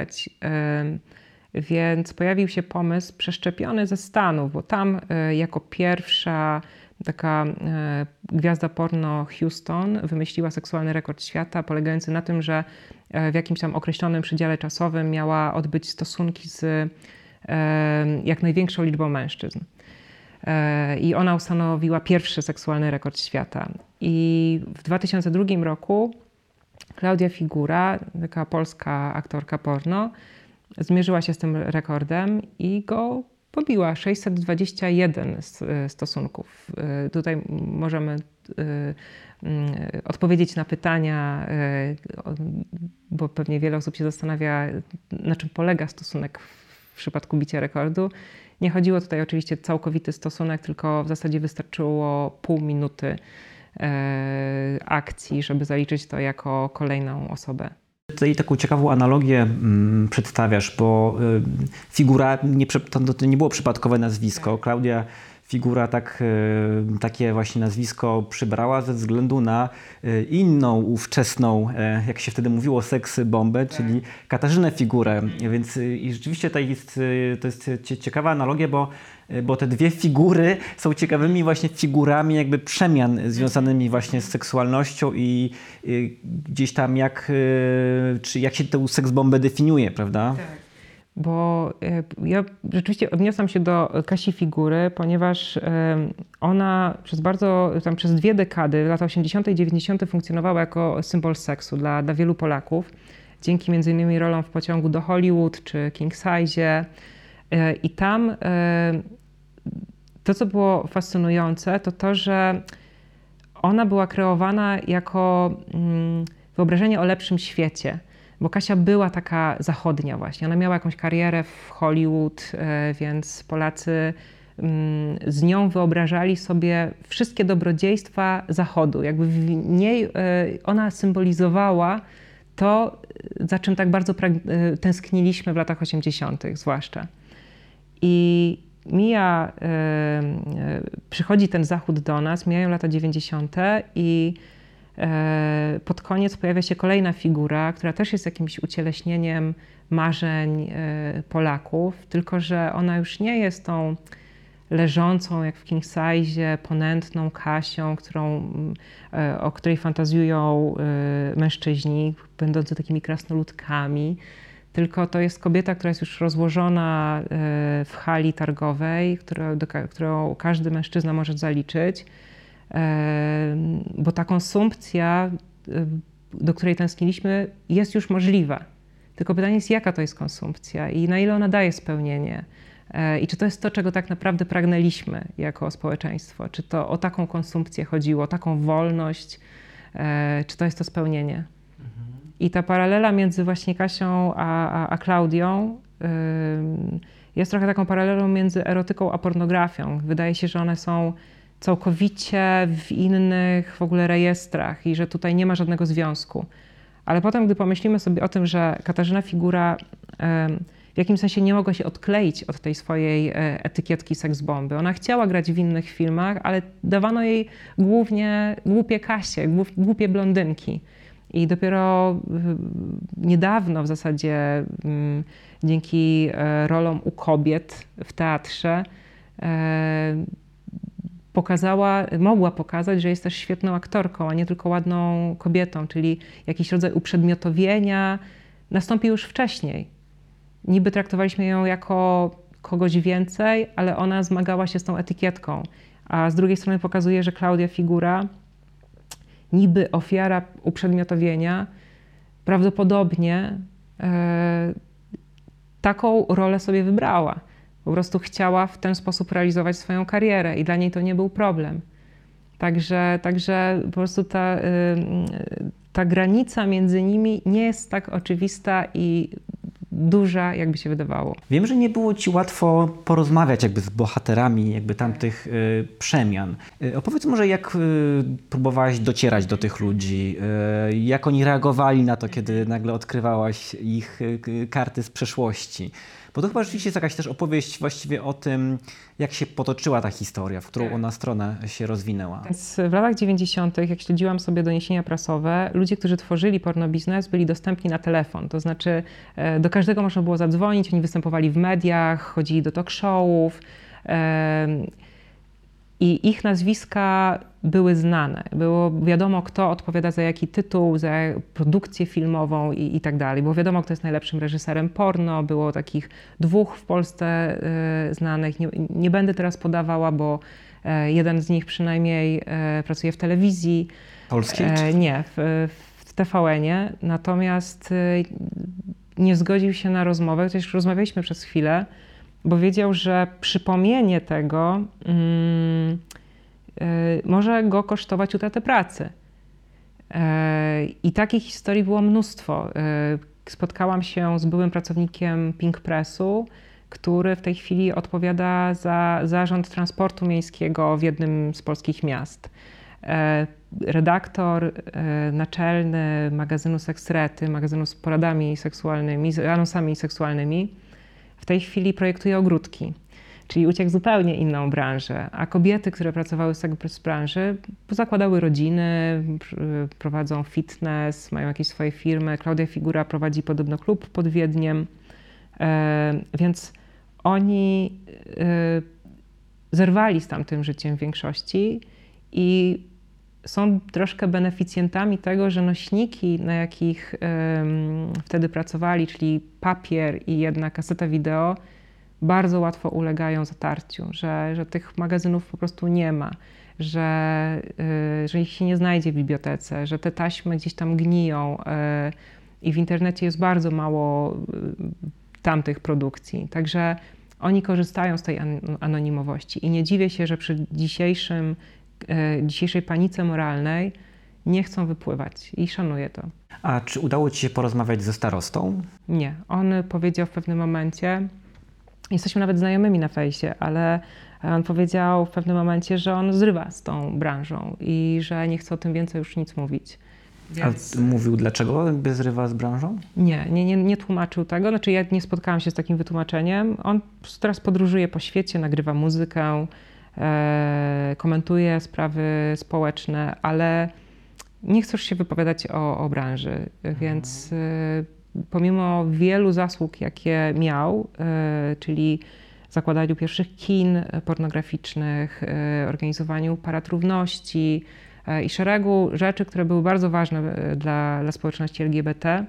Więc pojawił się pomysł przeszczepiony ze Stanów, bo tam jako pierwsza taka gwiazda porno Houston wymyśliła seksualny rekord świata, polegający na tym, że w jakimś tam określonym przedziale czasowym miała odbyć stosunki z jak największą liczbą mężczyzn. I ona ustanowiła pierwszy seksualny rekord świata. I w dwa tysiące drugim roku Klaudia Figura, taka polska aktorka porno, zmierzyła się z tym rekordem i go pobiła. sześćset dwadzieścia jeden stosunków. Tutaj możemy odpowiedzieć na pytania, bo pewnie wiele osób się zastanawia, na czym polega stosunek w przypadku bicia rekordu. Nie chodziło tutaj oczywiście całkowity stosunek, tylko w zasadzie wystarczyło pół minuty akcji, żeby zaliczyć to jako kolejną osobę. Tutaj taką ciekawą analogię mm, przedstawiasz, bo y, Figura, nie, to, to nie było przypadkowe nazwisko. Tak. Klaudia Figura tak, y, takie właśnie nazwisko przybrała ze względu na y, inną ówczesną, y, jak się wtedy mówiło, seks bombę, tak. czyli Katarzynę Figurę. Więc y, i rzeczywiście to jest, y, to jest ciekawa analogia, bo bo te dwie figury są ciekawymi właśnie figurami jakby przemian związanymi właśnie z seksualnością i, i gdzieś tam jak, czy jak się tę seksbombę definiuje, prawda? Tak. Bo ja rzeczywiście odniosłam się do Kasi Figury, ponieważ ona przez bardzo, tam przez dwie dekady, lata osiemdziesiąte i dziewięćdziesiąte funkcjonowała jako symbol seksu dla, dla wielu Polaków. Dzięki między innymi rolom w Pociągu do Hollywood czy King Size. I tam to, co było fascynujące, to to, że ona była kreowana jako wyobrażenie o lepszym świecie. Bo Kasia była taka zachodnia właśnie. Ona miała jakąś karierę w Hollywood, więc Polacy z nią wyobrażali sobie wszystkie dobrodziejstwa Zachodu. Jakby w niej ona symbolizowała to, za czym tak bardzo tęskniliśmy w latach osiemdziesiątych zwłaszcza. I mija, przychodzi ten Zachód do nas, mijają lata dziewięćdziesiąte i pod koniec pojawia się kolejna figura, która też jest jakimś ucieleśnieniem marzeń Polaków, tylko że ona już nie jest tą leżącą jak w King Size, ponętną Kasią, którą, o której fantazjują mężczyźni, będący takimi krasnoludkami, tylko to jest kobieta, która jest już rozłożona w hali targowej, którą, do, którą każdy mężczyzna może zaliczyć. Bo ta konsumpcja, do której tęskniliśmy, jest już możliwa. Tylko pytanie jest, jaka to jest konsumpcja i na ile ona daje spełnienie. I czy to jest to, czego tak naprawdę pragnęliśmy jako społeczeństwo? Czy to o taką konsumpcję chodziło, o taką wolność? Czy to jest to spełnienie? Mhm. I ta paralela między właśnie Kasią a, a, a Klaudią jest trochę taką paralelą między erotyką a pornografią. Wydaje się, że one są całkowicie w innych w ogóle rejestrach i że tutaj nie ma żadnego związku. Ale potem, gdy pomyślimy sobie o tym, że Katarzyna Figura w jakimś sensie nie mogła się odkleić od tej swojej etykietki seksbomby. Ona chciała grać w innych filmach, ale dawano jej głównie głupie Kasie, głupie blondynki. I dopiero niedawno w zasadzie dzięki rolom u kobiet w teatrze pokazała, mogła pokazać, że jest też świetną aktorką, a nie tylko ładną kobietą, czyli jakiś rodzaj uprzedmiotowienia nastąpi już wcześniej. Niby traktowaliśmy ją jako kogoś więcej, ale ona zmagała się z tą etykietką. A z drugiej strony pokazuje, że Klaudia Figura, niby ofiara uprzedmiotowienia, prawdopodobnie e, taką rolę sobie wybrała. Po prostu chciała w ten sposób realizować swoją karierę i dla niej to nie był problem. Także, także po prostu ta, ta granica między nimi nie jest tak oczywista i duża, jakby się wydawało. Wiem, że nie było ci łatwo porozmawiać jakby z bohaterami jakby tamtych y, przemian. Y, opowiedz może, jak y, próbowałaś docierać do tych ludzi, y, jak oni reagowali na to, kiedy nagle odkrywałaś ich y, karty z przeszłości. Bo to chyba rzeczywiście jest jakaś też opowieść właściwie o tym, jak się potoczyła ta historia, w którą ona stronę się rozwinęła. Więc w latach dziewięćdziesiątych, jak śledziłam sobie doniesienia prasowe, ludzie, którzy tworzyli pornobiznes, byli dostępni na telefon. To znaczy do każdego można było zadzwonić, oni występowali w mediach, chodzili do talk showów i ich nazwiska były znane. Było wiadomo, kto odpowiada za jaki tytuł, za produkcję filmową i, i tak dalej. Było wiadomo, kto jest najlepszym reżyserem porno. Było takich dwóch w Polsce y, znanych. Nie, nie będę teraz podawała, bo y, jeden z nich przynajmniej y, pracuje w telewizji. Polskiej? Y, nie, w, w T V N-ie. Natomiast y, nie zgodził się na rozmowę, chociaż rozmawialiśmy przez chwilę, bo wiedział, że przypomnienie tego mm, y, może go kosztować utratę pracy. Y, I takich historii było mnóstwo. Y, spotkałam się z byłym pracownikiem Pink Pressu, który w tej chwili odpowiada za zarząd transportu miejskiego w jednym z polskich miast. Y, redaktor y, naczelny magazynu Seksrety, magazynu z poradami seksualnymi, z anonsami seksualnymi, w tej chwili projektuje ogródki, czyli uciekł zupełnie inną branżę, a kobiety, które pracowały z branży, zakładały rodziny, prowadzą fitness, mają jakieś swoje firmy. Klaudia Figura prowadzi podobno klub pod Wiedniem, więc oni zerwali z tamtym życiem w większości i są troszkę beneficjentami tego, że nośniki, na jakich ym, wtedy pracowali, czyli papier i jedna kaseta wideo, bardzo łatwo ulegają zatarciu, że, że tych magazynów po prostu nie ma, że, yy, że ich się nie znajdzie w bibliotece, że te taśmy gdzieś tam gniją yy, i w internecie jest bardzo mało yy, tamtych produkcji. Także oni korzystają z tej an- anonimowości i nie dziwię się, że przy dzisiejszym, yy, dzisiejszej panice moralnej nie chcą wypływać i szanuję to. A czy udało ci się porozmawiać ze starostą? Nie. On powiedział w pewnym momencie, jesteśmy nawet znajomymi na fejsie, ale on powiedział w pewnym momencie, że on zrywa z tą branżą i że nie chce o tym więcej już nic mówić. Więc... A mówił dlaczego jakby zrywa z branżą? Nie, nie, nie, nie tłumaczył tego. Znaczy ja nie spotkałam się z takim wytłumaczeniem. On teraz podróżuje po świecie, nagrywa muzykę, e, komentuje sprawy społeczne, ale nie chce już się wypowiadać o, o branży, mhm. więc e, pomimo wielu zasług, jakie miał, e, czyli zakładaniu pierwszych kin pornograficznych, e, organizowaniu parad równości e, i szeregu rzeczy, które były bardzo ważne dla, dla społeczności L G B T,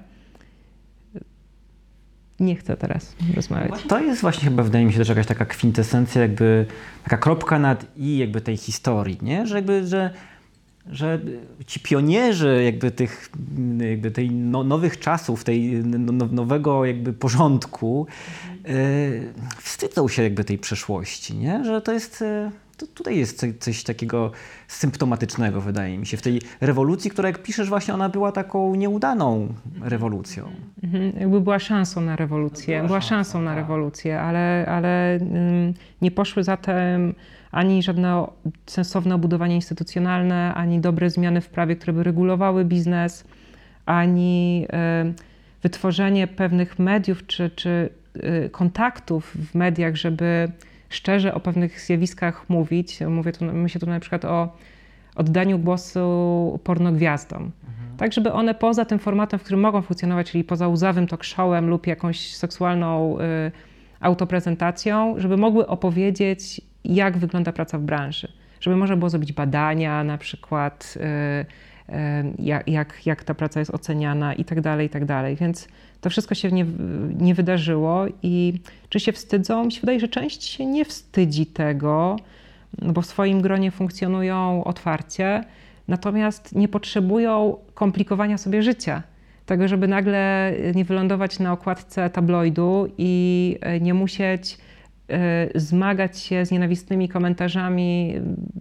nie chcę teraz rozmawiać. To jest właśnie chyba, wydaje mi się, też jakaś taka kwintesencja, jakby taka kropka nad i jakby tej historii, nie? Że jakby, że że ci pionierzy jakby tych jakby tej no, nowych czasów, tej no, nowego jakby porządku yy, wstydzą się jakby tej przeszłości, nie? Że to jest, to tutaj jest coś takiego symptomatycznego, wydaje mi się, w tej rewolucji, która jak piszesz właśnie, ona była taką nieudaną rewolucją. Mhm. Jakby była szansą na rewolucję, była, była szansą tak. na rewolucję, ale, ale ym, nie poszły zatem ani żadne sensowne obudowanie instytucjonalne, ani dobre zmiany w prawie, które by regulowały biznes, ani y, wytworzenie pewnych mediów czy, czy y, kontaktów w mediach, żeby szczerze o pewnych zjawiskach mówić. Mówię tu, myślę tu na przykład o oddaniu głosu pornogwiazdom. Mhm. Tak, żeby one poza tym formatem, w którym mogą funkcjonować, czyli poza łzawym talk showem lub jakąś seksualną y, autoprezentacją, żeby mogły opowiedzieć, jak wygląda praca w branży. Żeby można było zrobić badania na przykład, y, y, jak, jak, jak ta praca jest oceniana i tak dalej, i tak dalej. Więc to wszystko się nie, nie wydarzyło i czy się wstydzą? Mi się wydaje, że część się nie wstydzi tego, no bo w swoim gronie funkcjonują otwarcie, natomiast nie potrzebują komplikowania sobie życia. Tego, żeby nagle nie wylądować na okładce tabloidu i nie musieć y, zmagać się z nienawistnymi komentarzami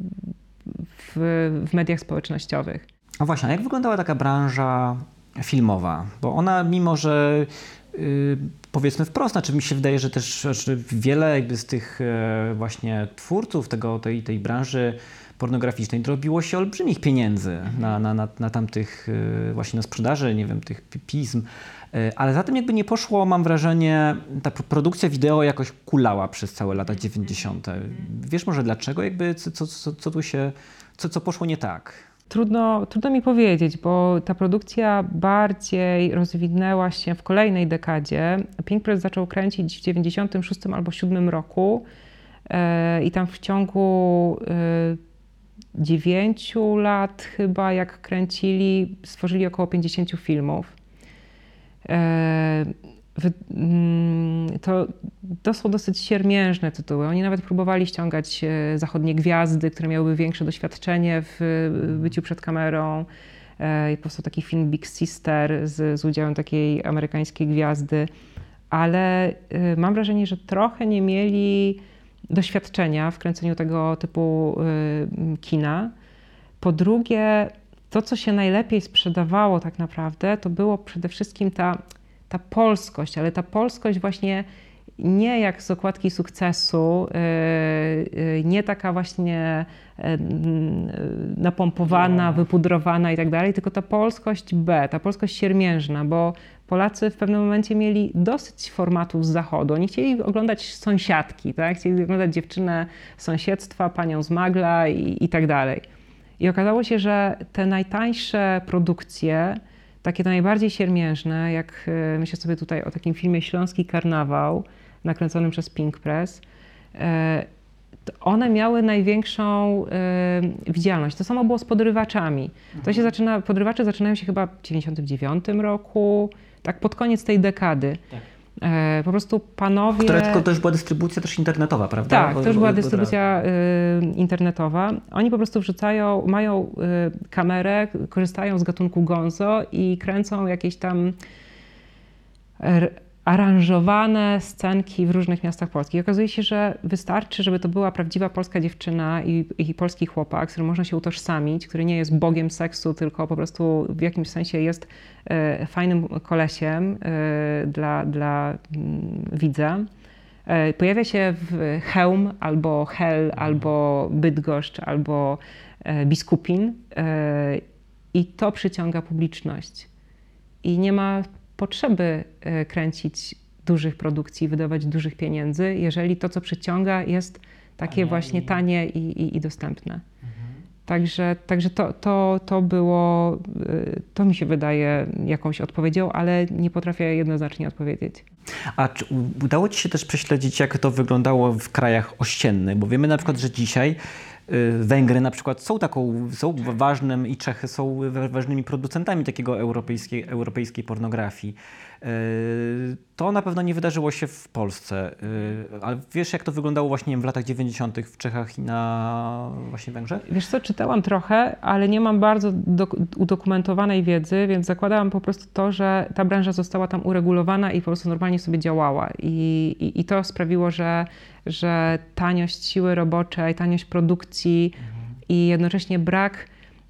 w, w mediach społecznościowych. A właśnie, a jak wyglądała taka branża filmowa? Bo ona, mimo że yy, powiedzmy wprost, znaczy mi się wydaje, że też znaczy wiele jakby z tych yy, właśnie twórców tego, tej, tej branży pornograficznej robiło się olbrzymich pieniędzy na, na, na, na tamtych yy, właśnie na sprzedaży, nie wiem, tych pism. Yy, ale za tym jakby nie poszło, mam wrażenie, ta produkcja wideo jakoś kulała przez całe lata dziewięćdziesiąte. Wiesz może dlaczego? Jakby co, co, co, co tu się, co, co poszło nie tak? Trudno, trudno mi powiedzieć, bo ta produkcja bardziej rozwinęła się w kolejnej dekadzie. Pink Press zaczął kręcić w dziewięćdziesiątym szóstym albo siódmym roku yy, i tam w ciągu yy, dziewięciu lat chyba jak kręcili, stworzyli około pięćdziesięciu filmów. Yy, To, to są dosyć siermiężne tytuły. Oni nawet próbowali ściągać zachodnie gwiazdy, które miałyby większe doświadczenie w byciu przed kamerą. I powstał taki film Big Sister z, z udziałem takiej amerykańskiej gwiazdy. Ale mam wrażenie, że trochę nie mieli doświadczenia w kręceniu tego typu kina. Po drugie, to co się najlepiej sprzedawało tak naprawdę, to było przede wszystkim ta ta polskość, ale ta polskość właśnie nie jak z okładki Sukcesu, nie taka właśnie napompowana, wypudrowana i tak dalej, tylko ta polskość B, ta polskość siermiężna, bo Polacy w pewnym momencie mieli dosyć formatów z zachodu. Oni chcieli oglądać sąsiadki, tak? Chcieli oglądać dziewczynę z sąsiedztwa, panią z Magla i, i tak dalej. I okazało się, że te najtańsze produkcje, takie najbardziej siermiężne, jak myślę sobie tutaj o takim filmie Śląski Karnawał, nakręconym przez Pink Press, one miały największą y, widzialność. To samo było z podrywaczami. To się zaczyna, podrywacze zaczynają się chyba w dziewięćdziesiątym dziewiątym roku, tak pod koniec tej dekady. Tak. E, po prostu panowie... Która tylko też była dystrybucja też internetowa, prawda? Tak, Bo- to już bo- była bo- dystrybucja y, internetowa. Oni po prostu wrzucają, mają y, kamerę, korzystają z gatunku gonzo i kręcą jakieś tam r, aranżowane scenki w różnych miastach Polski. I okazuje się, że wystarczy, żeby to była prawdziwa polska dziewczyna i, i polski chłopak, z którym można się utożsamić, który nie jest bogiem seksu, tylko po prostu w jakimś sensie jest e, fajnym kolesiem e, dla, dla mm, widza. E, pojawia się w Chełm, albo Hel, albo Bydgoszcz, albo e, Biskupin e, i to przyciąga publiczność. I nie ma potrzeby e, kręcić dużych produkcji, wydawać dużych pieniędzy, jeżeli to, co przyciąga, jest takie Tanie właśnie i- tanie i, i, i dostępne. Także, także to, to, to było, y, to mi się wydaje jakąś odpowiedzią, ale nie potrafię jednoznacznie odpowiedzieć. A czy u- udało ci się też prześledzić, jak to wyglądało w krajach ościennych? Bo wiemy na przykład, że dzisiaj y, Węgry na przykład są taką, są ważnym i Czechy są wa- ważnymi producentami takiego europejskiej, europejskiej pornografii. Y, To na pewno nie wydarzyło się w Polsce. Y, Ale wiesz, jak to wyglądało właśnie w latach dziewięćdziesiątych w Czechach i na właśnie Węgrzech? Wiesz co, czytałam trochę, ale nie mam bardzo dok- udokumentowanej wiedzy, więc zakładałam po prostu to, że ta branża została tam uregulowana i po prostu normalnie sobie działała. I, i, i to sprawiło, że, że taniość siły roboczej, taniość produkcji i jednocześnie brak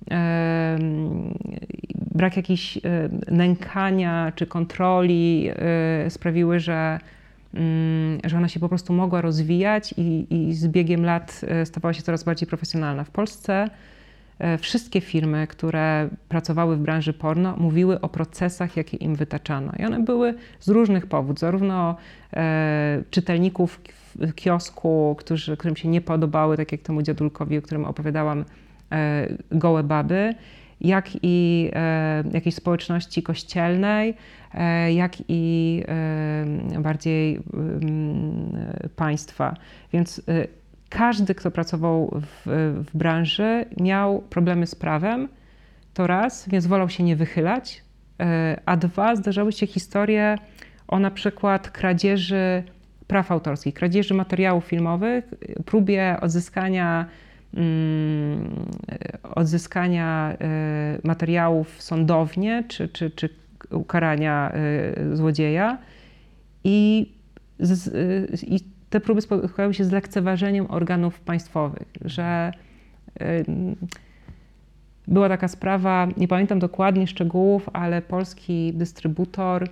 em, brak jakiejś em, nękania czy kontroli e, sprawiły, że, mm, że ona się po prostu mogła rozwijać i, i z biegiem lat e, stawała się coraz bardziej profesjonalna. W Polsce e, wszystkie firmy, które pracowały w branży porno, mówiły o procesach, jakie im wytaczano. I one były z różnych powodów, zarówno e, czytelników w kiosku, którzy, którym się nie podobały, tak jak temu dziadulkowi, o którym opowiadałam, e, gołe baby, jak i e, jakiejś społeczności kościelnej, e, jak i e, bardziej e, państwa. Więc e, każdy, kto pracował w, w branży, miał problemy z prawem, to raz, więc wolał się nie wychylać, e, a dwa, zdarzały się historie o na przykład kradzieży praw autorskich, kradzieży materiałów filmowych, próbie odzyskania mm, odzyskania y, materiałów sądownie czy, czy, czy ukarania y, złodzieja i, z, y, i te próby spotkały się z lekceważeniem organów państwowych, że y, była taka sprawa, nie pamiętam dokładnie szczegółów, ale polski dystrybutor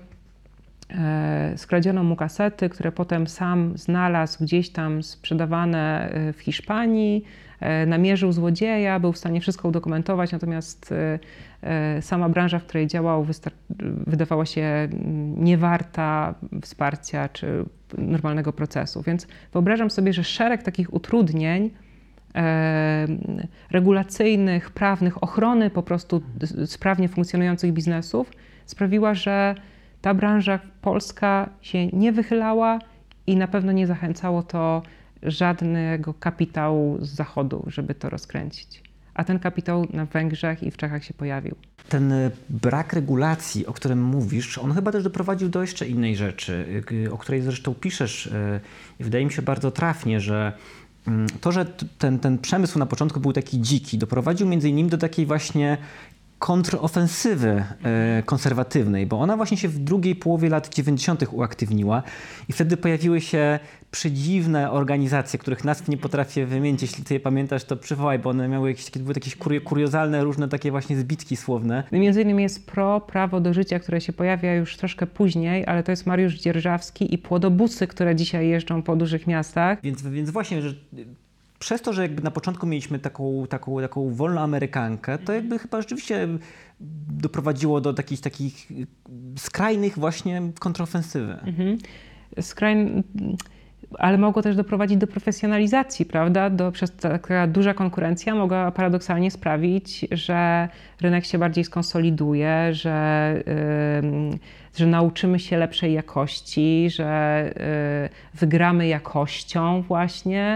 e, skradziono mu kasety, które potem sam znalazł gdzieś tam sprzedawane w Hiszpanii, e, namierzył złodzieja, był w stanie wszystko udokumentować, natomiast e, e, sama branża, w której działał, wystar- wydawała się niewarta wsparcia czy normalnego procesu. Więc wyobrażam sobie, że szereg takich utrudnień e, regulacyjnych, prawnych, ochrony po prostu sprawnie funkcjonujących biznesów sprawiła, że ta branża polska się nie wychylała i na pewno nie zachęcało to żadnego kapitału z zachodu, żeby to rozkręcić. A ten kapitał na Węgrzech i w Czechach się pojawił. Ten brak regulacji, o którym mówisz, on chyba też doprowadził do jeszcze innej rzeczy, o której zresztą piszesz i wydaje mi się bardzo trafnie, że to, że ten, ten przemysł na początku był taki dziki, doprowadził między innymi do takiej właśnie kontrofensywy konserwatywnej, bo ona właśnie się w drugiej połowie lat dziewięćdziesiątych uaktywniła i wtedy pojawiły się przedziwne organizacje, których nazw nie potrafię wymienić. Jeśli ty je pamiętasz, to przywołaj, bo one miały jakieś takie, były jakieś kuriozalne, różne takie właśnie zbitki słowne. Między innymi jest Pro Prawo do Życia, które się pojawia już troszkę później, ale to jest Mariusz Dzierżawski i płodobusy, które dzisiaj jeżdżą po dużych miastach. Więc, więc właśnie, że przez to, że jakby na początku mieliśmy taką, taką, taką wolną Amerykankę, to jakby chyba rzeczywiście doprowadziło do takich, takich skrajnych właśnie kontrofensywy. Mhm. Skrajn... Ale mogło też doprowadzić do profesjonalizacji, prawda? Do, przez taka duża konkurencja mogła paradoksalnie sprawić, że rynek się bardziej skonsoliduje, że, yy, że nauczymy się lepszej jakości, że yy, wygramy jakością właśnie,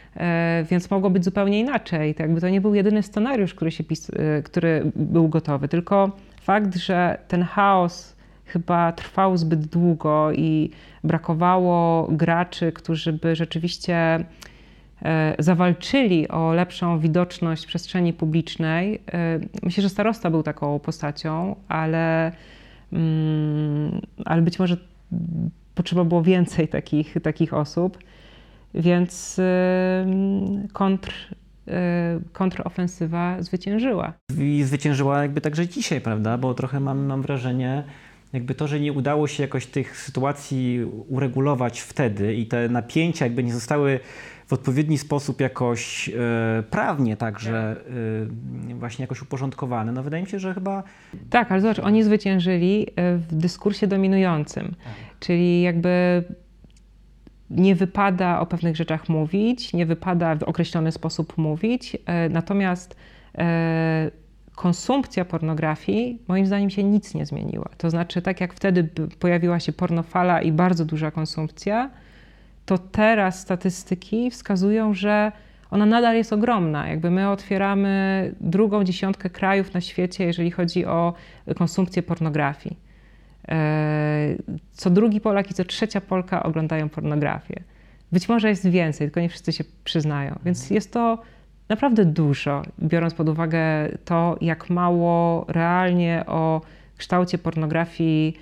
więc mogło być zupełnie inaczej. To jakby to nie był jedyny scenariusz, który, się pis- który był gotowy, tylko fakt, że ten chaos chyba trwał zbyt długo i brakowało graczy, którzy by rzeczywiście zawalczyli o lepszą widoczność przestrzeni publicznej. Myślę, że starosta był taką postacią, ale, ale być może potrzeba było więcej takich, takich osób, więc kontr, kontrofensywa zwyciężyła. I zwyciężyła jakby także dzisiaj, prawda? Bo trochę mam, mam wrażenie, jakby to, że nie udało się jakoś tych sytuacji uregulować wtedy i te napięcia jakby nie zostały w odpowiedni sposób jakoś e, prawnie także e, właśnie jakoś uporządkowane. No wydaje mi się, że chyba... Tak, ale zobacz, oni zwyciężyli w dyskursie dominującym, tak. Czyli jakby nie wypada o pewnych rzeczach mówić, nie wypada w określony sposób mówić, e, natomiast e, konsumpcja pornografii moim zdaniem się nic nie zmieniła. To znaczy tak jak wtedy pojawiła się pornofala i bardzo duża konsumpcja, to teraz statystyki wskazują, że ona nadal jest ogromna. Jakby my otwieramy drugą dziesiątkę krajów na świecie, jeżeli chodzi o konsumpcję pornografii. Co drugi Polak i co trzecia Polka oglądają pornografię. Być może jest więcej, tylko nie wszyscy się przyznają. Więc jest to naprawdę dużo, biorąc pod uwagę to, jak mało realnie o kształcie pornografii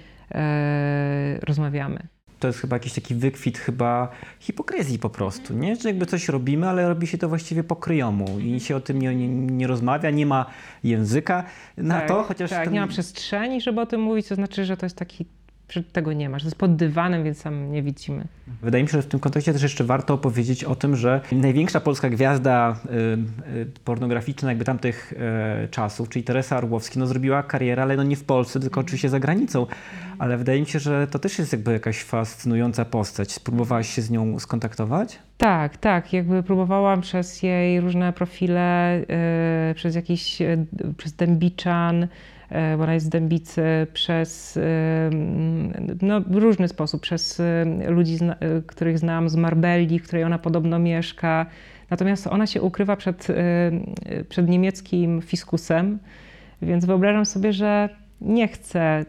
rozmawiamy. To jest chyba jakiś taki wykwit chyba hipokryzji po prostu, nie? Że jakby coś robimy, ale robi się to właściwie po kryjomu i się o tym nie, nie, nie rozmawia, nie ma języka na tak, to, chociaż... Tak, ten... nie ma przestrzeni, żeby o tym mówić, to znaczy, że to jest taki, że tego nie ma, że to jest pod dywanem, więc sam nie widzimy. Wydaje mi się, że w tym kontekście też jeszcze warto opowiedzieć o tym, że największa polska gwiazda y, y, pornograficzna jakby tamtych y, czasów, czyli Teresa Orłowska, no zrobiła karierę, ale no nie w Polsce, tylko oczywiście za granicą. Ale wydaje mi się, że to też jest jakby jakaś fascynująca postać. Spróbowałaś się z nią skontaktować? Tak, tak. Jakby próbowałam przez jej różne profile, yy, przez jakiś, yy, przez Dębiczan, yy, bo ona jest z Dębicy, przez yy, no, w różny sposób, przez yy, ludzi, zna, yy, których znam z Marbelli, w której ona podobno mieszka. Natomiast ona się ukrywa przed, yy, przed niemieckim fiskusem, więc wyobrażam sobie, że nie chcę,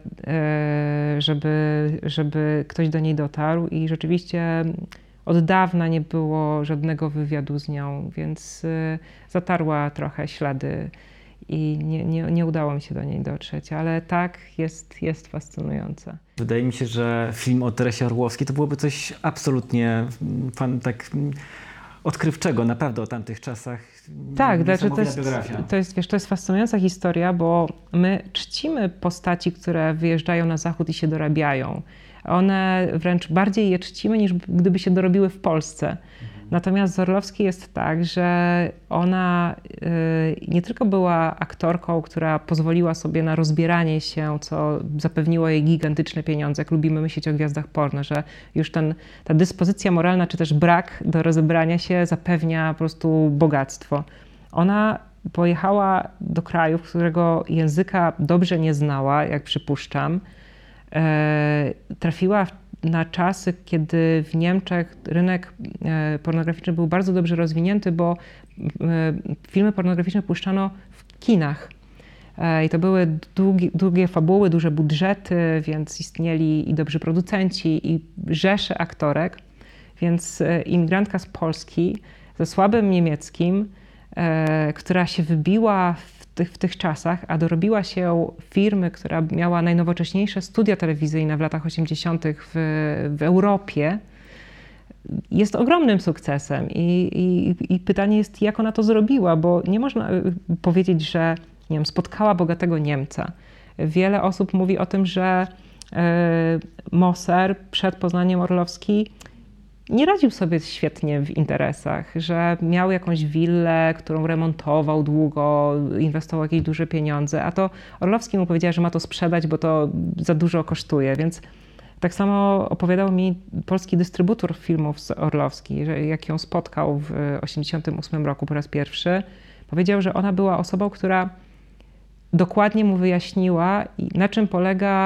żeby, żeby ktoś do niej dotarł i rzeczywiście od dawna nie było żadnego wywiadu z nią, więc zatarła trochę ślady i nie, nie, nie udało mi się do niej dotrzeć, ale tak, jest, jest fascynująca. Wydaje mi się, że film o Teresie Orłowskiej to byłoby coś absolutnie fan, tak odkrywczego naprawdę o tamtych czasach. Tak, znaczy to jest, to, jest, wiesz, to jest fascynująca historia, bo my czcimy postaci, które wyjeżdżają na zachód i się dorabiają. One wręcz bardziej je czcimy, niż gdyby się dorobiły w Polsce. Mhm. Natomiast z Orłowskiej jest tak, że ona y, nie tylko była aktorką, która pozwoliła sobie na rozbieranie się, co zapewniło jej gigantyczne pieniądze, jak lubimy myśleć o gwiazdach porno, że już ten, ta dyspozycja moralna, czy też brak do rozebrania się zapewnia po prostu bogactwo. Ona pojechała do kraju, którego języka dobrze nie znała, jak przypuszczam. E, trafiła w na czasy, kiedy w Niemczech rynek pornograficzny był bardzo dobrze rozwinięty, bo filmy pornograficzne puszczano w kinach. I to były długie, długie fabuły, duże budżety, więc istnieli i dobrzy producenci, i rzesze aktorek. Więc imigrantka z Polski ze słabym niemieckim, która się wybiła w tych, w tych czasach, a dorobiła się firmy, która miała najnowocześniejsze studia telewizyjne w latach osiemdziesiątych w, w Europie, jest ogromnym sukcesem. I, i, I pytanie jest, jak ona to zrobiła, bo nie można powiedzieć, że nie wiem, spotkała bogatego Niemca. Wiele osób mówi o tym, że Moser przed poznaniem Orłowskiej nie radził sobie świetnie w interesach, że miał jakąś willę, którą remontował długo, inwestował jakieś duże pieniądze, a to Orłowski mu powiedziała, że ma to sprzedać, bo to za dużo kosztuje, więc tak samo opowiadał mi polski dystrybutor filmów z Orłowskiej, że jak ją spotkał w osiemdziesiątym ósmym roku po raz pierwszy, powiedział, że ona była osobą, która dokładnie mu wyjaśniła, na czym polega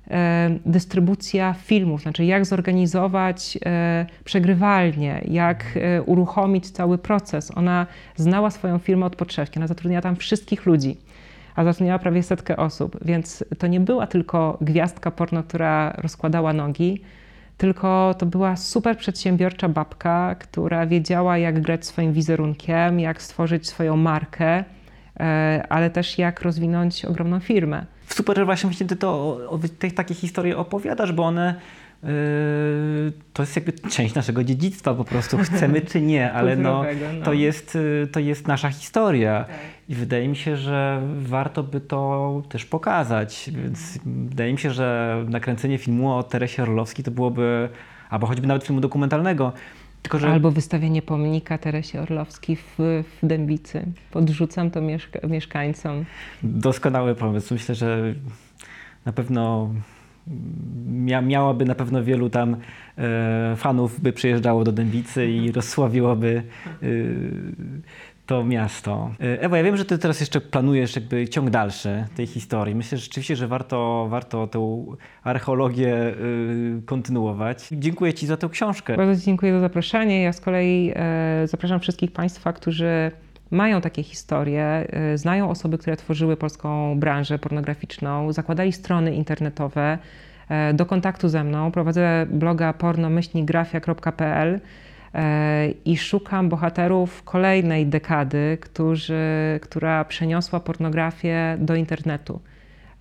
dystrybucja filmów, znaczy jak zorganizować przegrywalnię, jak uruchomić cały proces. Ona znała swoją firmę od podszewki, ona zatrudniała tam wszystkich ludzi, a zatrudniała prawie setkę osób, więc to nie była tylko gwiazdka porno, która rozkładała nogi, tylko to była super przedsiębiorcza babka, która wiedziała, jak grać swoim wizerunkiem, jak stworzyć swoją markę, ale też jak rozwinąć ogromną firmę. Super, że właśnie ty to, o, o tych takie historie opowiadasz, bo one yy, to jest jakby część naszego dziedzictwa po prostu, chcemy czy nie, ale no, no. to, jest, to jest nasza historia. Tak. I wydaje mi się, że warto by to też pokazać. Więc wydaje mi się, że nakręcenie filmu o Teresie Orlowskiej to byłoby, albo choćby nawet filmu dokumentalnego, tylko, że... Albo wystawienie pomnika Teresie Orlowskiej w, w Dębicy. Podrzucam to mieszka mieszkańcom. Doskonały pomysł. Myślę, że na pewno mia miałaby na pewno wielu tam e, fanów by przyjeżdżało do Dębicy i rozsławiłoby e, to miasto. Ewa, ja wiem, że ty teraz jeszcze planujesz jakby ciąg dalszy tej historii. Myślę że rzeczywiście, że warto, warto tę archeologię y, kontynuować. Dziękuję ci za tę książkę. Bardzo dziękuję za zaproszenie. Ja z kolei e, zapraszam wszystkich państwa, którzy mają takie historie, e, znają osoby, które tworzyły polską branżę pornograficzną, zakładali strony internetowe, e, do kontaktu ze mną. Prowadzę bloga porno myślnik grafia kropka p l i szukam bohaterów kolejnej dekady, którzy, która przeniosła pornografię do internetu.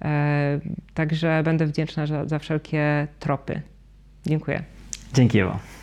Także będę wdzięczna za, za wszelkie tropy. Dziękuję. Dzięki, Ewo.